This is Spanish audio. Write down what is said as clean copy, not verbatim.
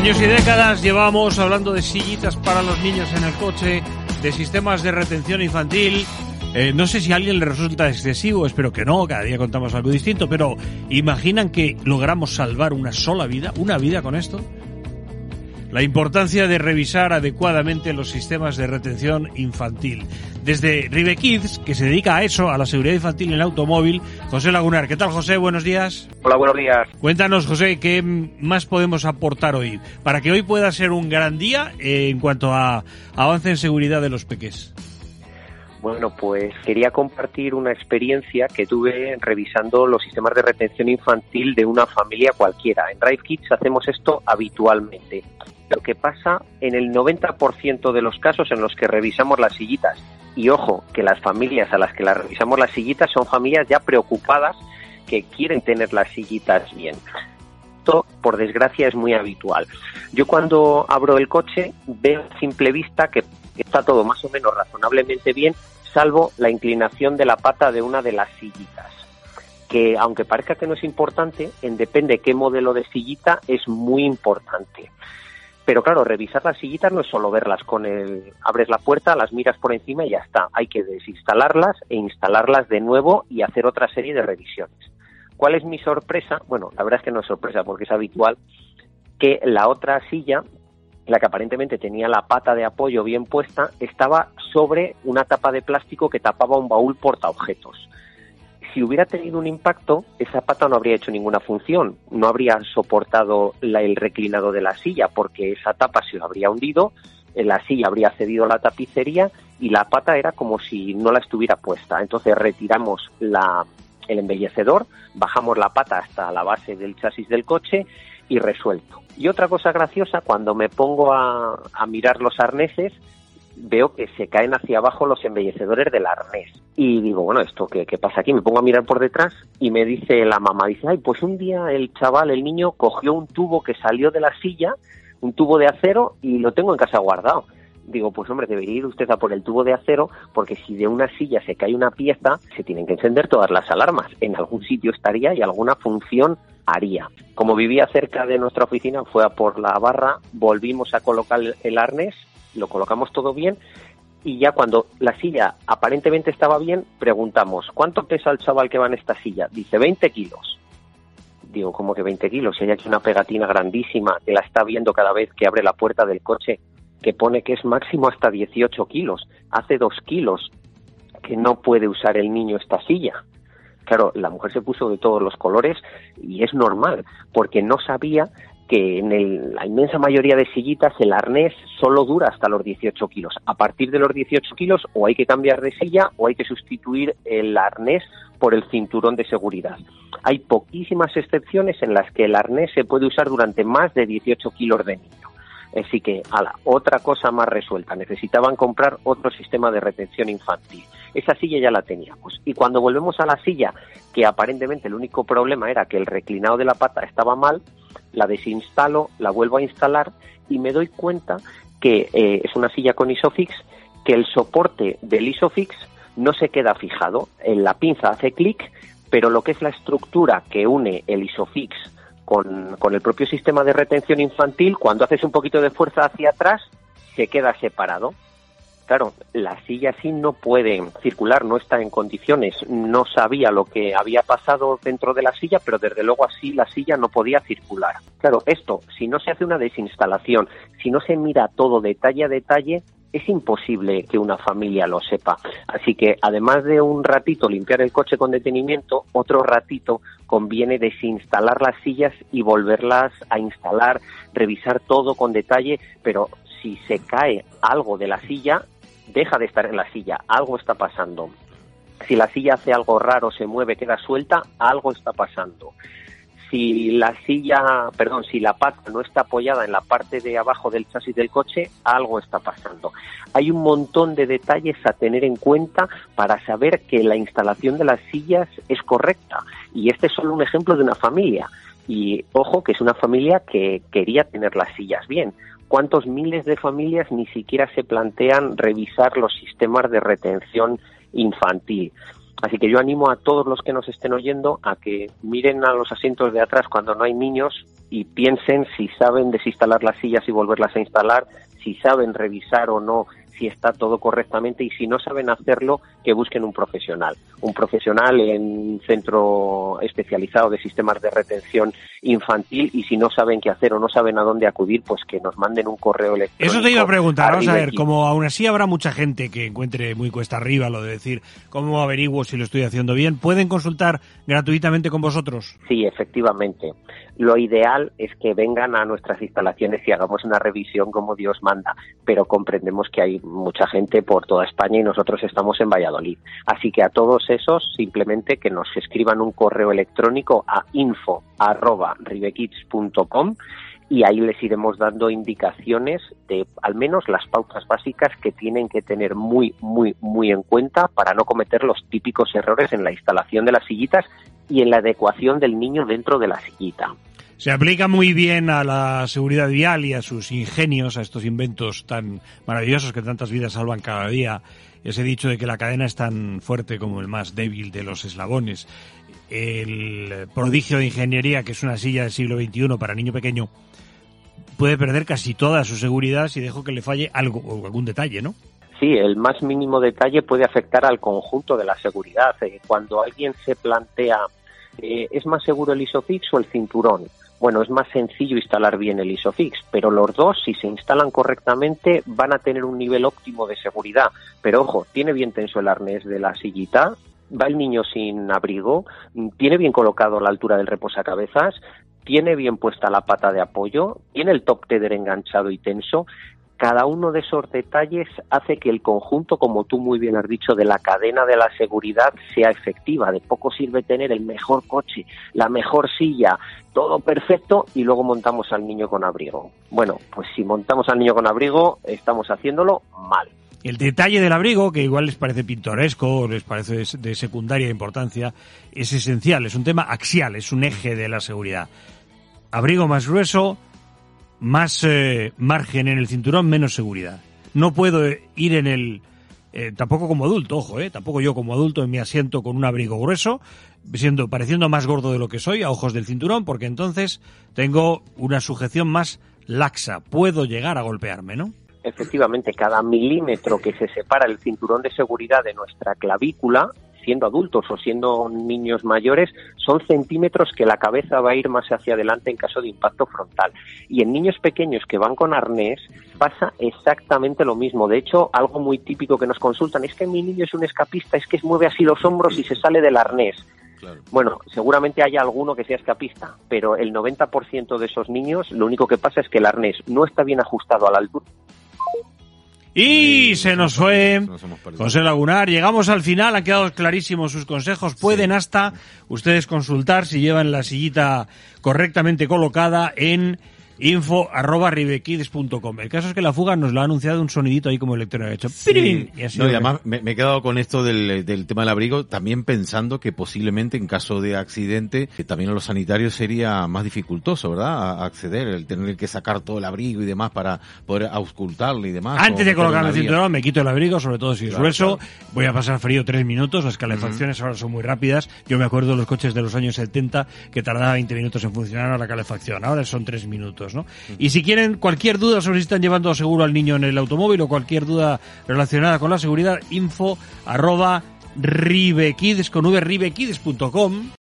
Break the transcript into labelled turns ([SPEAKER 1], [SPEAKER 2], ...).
[SPEAKER 1] Años y décadas llevamos hablando de sillitas para los niños en el coche, de sistemas de retención infantil. No sé si a alguien le resulta excesivo, espero que no, cada día contamos algo distinto, pero ¿imaginan que logramos salvar una sola vida, una vida con esto? La importancia de revisar adecuadamente los sistemas de retención infantil. Desde Rive Kids, que se dedica a eso, a la seguridad infantil en el automóvil, José Lagunar. ¿Qué tal, José? Buenos días.
[SPEAKER 2] Hola, buenos días.
[SPEAKER 1] Cuéntanos, José, ¿qué más podemos aportar hoy para que hoy pueda ser un gran día en cuanto a avance en seguridad de los peques?
[SPEAKER 2] Bueno, pues quería compartir una experiencia que tuve revisando los sistemas de retención infantil de una familia cualquiera. En Rive Kids hacemos esto habitualmente. Lo que pasa en el 90% de los casos en los que revisamos las sillitas. Y ojo, que las familias a las que las revisamos las sillitas son familias ya preocupadas que quieren tener las sillitas bien. Esto, por desgracia, es muy habitual. Yo cuando abro el coche veo a simple vista que está todo más o menos razonablemente bien, salvo la inclinación de la pata de una de las sillitas, que aunque parezca que no es importante, en depende qué modelo de sillita, es muy importante. Pero claro, revisar las sillitas no es solo verlas abres la puerta, las miras por encima y ya está. Hay que desinstalarlas e instalarlas de nuevo y hacer otra serie de revisiones. ¿Cuál es mi sorpresa? Bueno, la verdad es que no es sorpresa porque es habitual que la otra silla, la que aparentemente tenía la pata de apoyo bien puesta, estaba sobre una tapa de plástico que tapaba un baúl portaobjetos. Si hubiera tenido un impacto, esa pata no habría hecho ninguna función, no habría soportado el reclinado de la silla, porque esa tapa se habría hundido, la silla habría cedido la tapicería y la pata era como si no la estuviera puesta. Entonces retiramos el embellecedor, bajamos la pata hasta la base del chasis del coche y resuelto. Y otra cosa graciosa, cuando me pongo a mirar los arneses, veo que se caen hacia abajo los embellecedores del arnés. Y digo, bueno, ¿esto qué pasa aquí? Me pongo a mirar por detrás y me dice la mamá, ay, pues un día el niño cogió un tubo que salió de la silla, un tubo de acero, y lo tengo en casa guardado. Digo, pues hombre, debería ir usted a por el tubo de acero, porque si de una silla se cae una pieza, se tienen que encender todas las alarmas. En algún sitio estaría y alguna función haría. Como vivía cerca de nuestra oficina, fue a por la barra, volvimos a colocar el arnés, lo colocamos todo bien y ya cuando la silla aparentemente estaba bien, preguntamos, ¿cuánto pesa el chaval que va en esta silla? Dice, 20 kilos. Digo, ¿cómo que 20 kilos? Si hay aquí una pegatina grandísima que la está viendo cada vez que abre la puerta del coche, que pone que es máximo hasta 18 kilos. Hace 2 kilos que no puede usar el niño esta silla. Claro, la mujer se puso de todos los colores y es normal, porque no sabía que en la inmensa mayoría de sillitas el arnés solo dura hasta los 18 kilos. A partir de los 18 kilos o hay que cambiar de silla o hay que sustituir el arnés por el cinturón de seguridad. Hay poquísimas excepciones en las que el arnés se puede usar durante más de 18 kilos de niño. Así que, otra cosa más resuelta. Necesitaban comprar otro sistema de retención infantil. Esa silla ya la teníamos. Y cuando volvemos a la silla, que aparentemente el único problema era que el reclinado de la pata estaba mal, la desinstalo, la vuelvo a instalar y me doy cuenta que es una silla con ISOFIX, que el soporte del ISOFIX no se queda fijado. En la pinza hace clic, pero lo que es la estructura que une el ISOFIX con el propio sistema de retención infantil, cuando haces un poquito de fuerza hacia atrás, se queda separado. Claro, la silla así no puede circular, no está en condiciones. No sabía lo que había pasado dentro de la silla, pero desde luego así la silla no podía circular. Claro, esto, si no se hace una desinstalación, si no se mira todo detalle a detalle, es imposible que una familia lo sepa. Así que, además de un ratito limpiar el coche con detenimiento, otro ratito conviene desinstalar las sillas y volverlas a instalar, revisar todo con detalle, pero si se cae algo de la silla, deja de estar en la silla, algo está pasando. Si la silla hace algo raro, se mueve, queda suelta, algo está pasando. Si la pata no está apoyada en la parte de abajo del chasis del coche, algo está pasando. Hay un montón de detalles a tener en cuenta para saber que la instalación de las sillas es correcta. Y este es solo un ejemplo de una familia. Y ojo, que es una familia que quería tener las sillas bien. ¿Cuántos miles de familias ni siquiera se plantean revisar los sistemas de retención infantil? Así que yo animo a todos los que nos estén oyendo a que miren a los asientos de atrás cuando no hay niños y piensen si saben desinstalar las sillas y volverlas a instalar, si saben revisar o no si está todo correctamente, y si no saben hacerlo, que busquen un profesional en un centro especializado de sistemas de retención infantil, y si no saben qué hacer o no saben a dónde acudir, pues que nos manden un correo electrónico.
[SPEAKER 1] Eso te iba a preguntar, vamos a ver, como aún así habrá mucha gente que encuentre muy cuesta arriba lo de decir cómo averiguo si lo estoy haciendo bien, ¿pueden consultar gratuitamente con vosotros?
[SPEAKER 2] Sí, efectivamente. Lo ideal es que vengan a nuestras instalaciones y hagamos una revisión como Dios manda, pero comprendemos que hay mucha gente por toda España y nosotros estamos en Valladolid. Así que a todos esos, simplemente que nos escriban un correo electrónico a info@ribekids.com y ahí les iremos dando indicaciones de al menos las pautas básicas que tienen que tener muy en cuenta para no cometer los típicos errores en la instalación de las sillitas y en la adecuación del niño dentro de la sillita.
[SPEAKER 1] Se aplica muy bien a la seguridad vial y a sus ingenios, a estos inventos tan maravillosos que tantas vidas salvan cada día. Ese dicho de que la cadena es tan fuerte como el más débil de los eslabones. El prodigio de ingeniería, que es una silla del siglo XXI para niño pequeño, puede perder casi toda su seguridad si dejo que le falle algo o algún detalle, ¿no?
[SPEAKER 2] Sí, el más mínimo detalle puede afectar al conjunto de la seguridad. Cuando alguien se plantea, ¿es más seguro el ISOFIX o el cinturón? Bueno, es más sencillo instalar bien el ISOFIX, pero los dos, si se instalan correctamente, van a tener un nivel óptimo de seguridad. Pero ojo, tiene bien tenso el arnés de la sillita, va el niño sin abrigo, tiene bien colocado la altura del reposacabezas, tiene bien puesta la pata de apoyo, tiene el top tether enganchado y tenso. Cada uno de esos detalles hace que el conjunto, como tú muy bien has dicho, de la cadena de la seguridad sea efectiva. De poco sirve tener el mejor coche, la mejor silla, todo perfecto, y luego montamos al niño con abrigo. Bueno, pues si montamos al niño con abrigo, estamos haciéndolo mal.
[SPEAKER 1] El detalle del abrigo, que igual les parece pintoresco o les parece de secundaria importancia, es esencial, es un tema axial, es un eje de la seguridad. Abrigo más grueso, más margen en el cinturón, menos seguridad. No puedo ir en el... tampoco como adulto, ojo, tampoco yo como adulto en mi asiento con un abrigo grueso, pareciendo más gordo de lo que soy a ojos del cinturón, porque entonces tengo una sujeción más laxa. Puedo llegar a golpearme, ¿no?
[SPEAKER 2] Efectivamente, cada milímetro que se separa el cinturón de seguridad de nuestra clavícula, siendo adultos o siendo niños mayores, son centímetros que la cabeza va a ir más hacia adelante en caso de impacto frontal. Y en niños pequeños que van con arnés pasa exactamente lo mismo. De hecho, algo muy típico que nos consultan es que mi niño es un escapista, es que mueve así los hombros y se sale del arnés. Claro. Bueno, seguramente haya alguno que sea escapista, pero el 90% de esos niños, lo único que pasa es que el arnés no está bien ajustado a la altura.
[SPEAKER 1] Y se nos fue José Lagunar. Llegamos al final, han quedado clarísimos sus consejos. Pueden hasta ustedes consultar si llevan la sillita correctamente colocada en info@ribekids.com. El caso es que la fuga nos lo ha anunciado un sonidito ahí como electrónico. Ha hecho
[SPEAKER 3] sí. Y además me he quedado con esto del tema del abrigo, también pensando que posiblemente en caso de accidente también a los sanitarios sería más dificultoso, ¿verdad? A acceder, el tener que sacar todo el abrigo y demás para poder auscultarlo y demás.
[SPEAKER 1] Antes de colocarme el cinturón me quito el abrigo, sobre todo si es grueso. Claro. Voy a pasar frío 3 minutos, las calefacciones ahora son muy rápidas. Yo me acuerdo de los coches de los años 70 que tardaba 20 minutos en funcionar la calefacción. Ahora son 3 minutos. ¿No? Y si quieren cualquier duda sobre si están llevando seguro al niño en el automóvil o cualquier duda relacionada con la seguridad, info@ribekids.com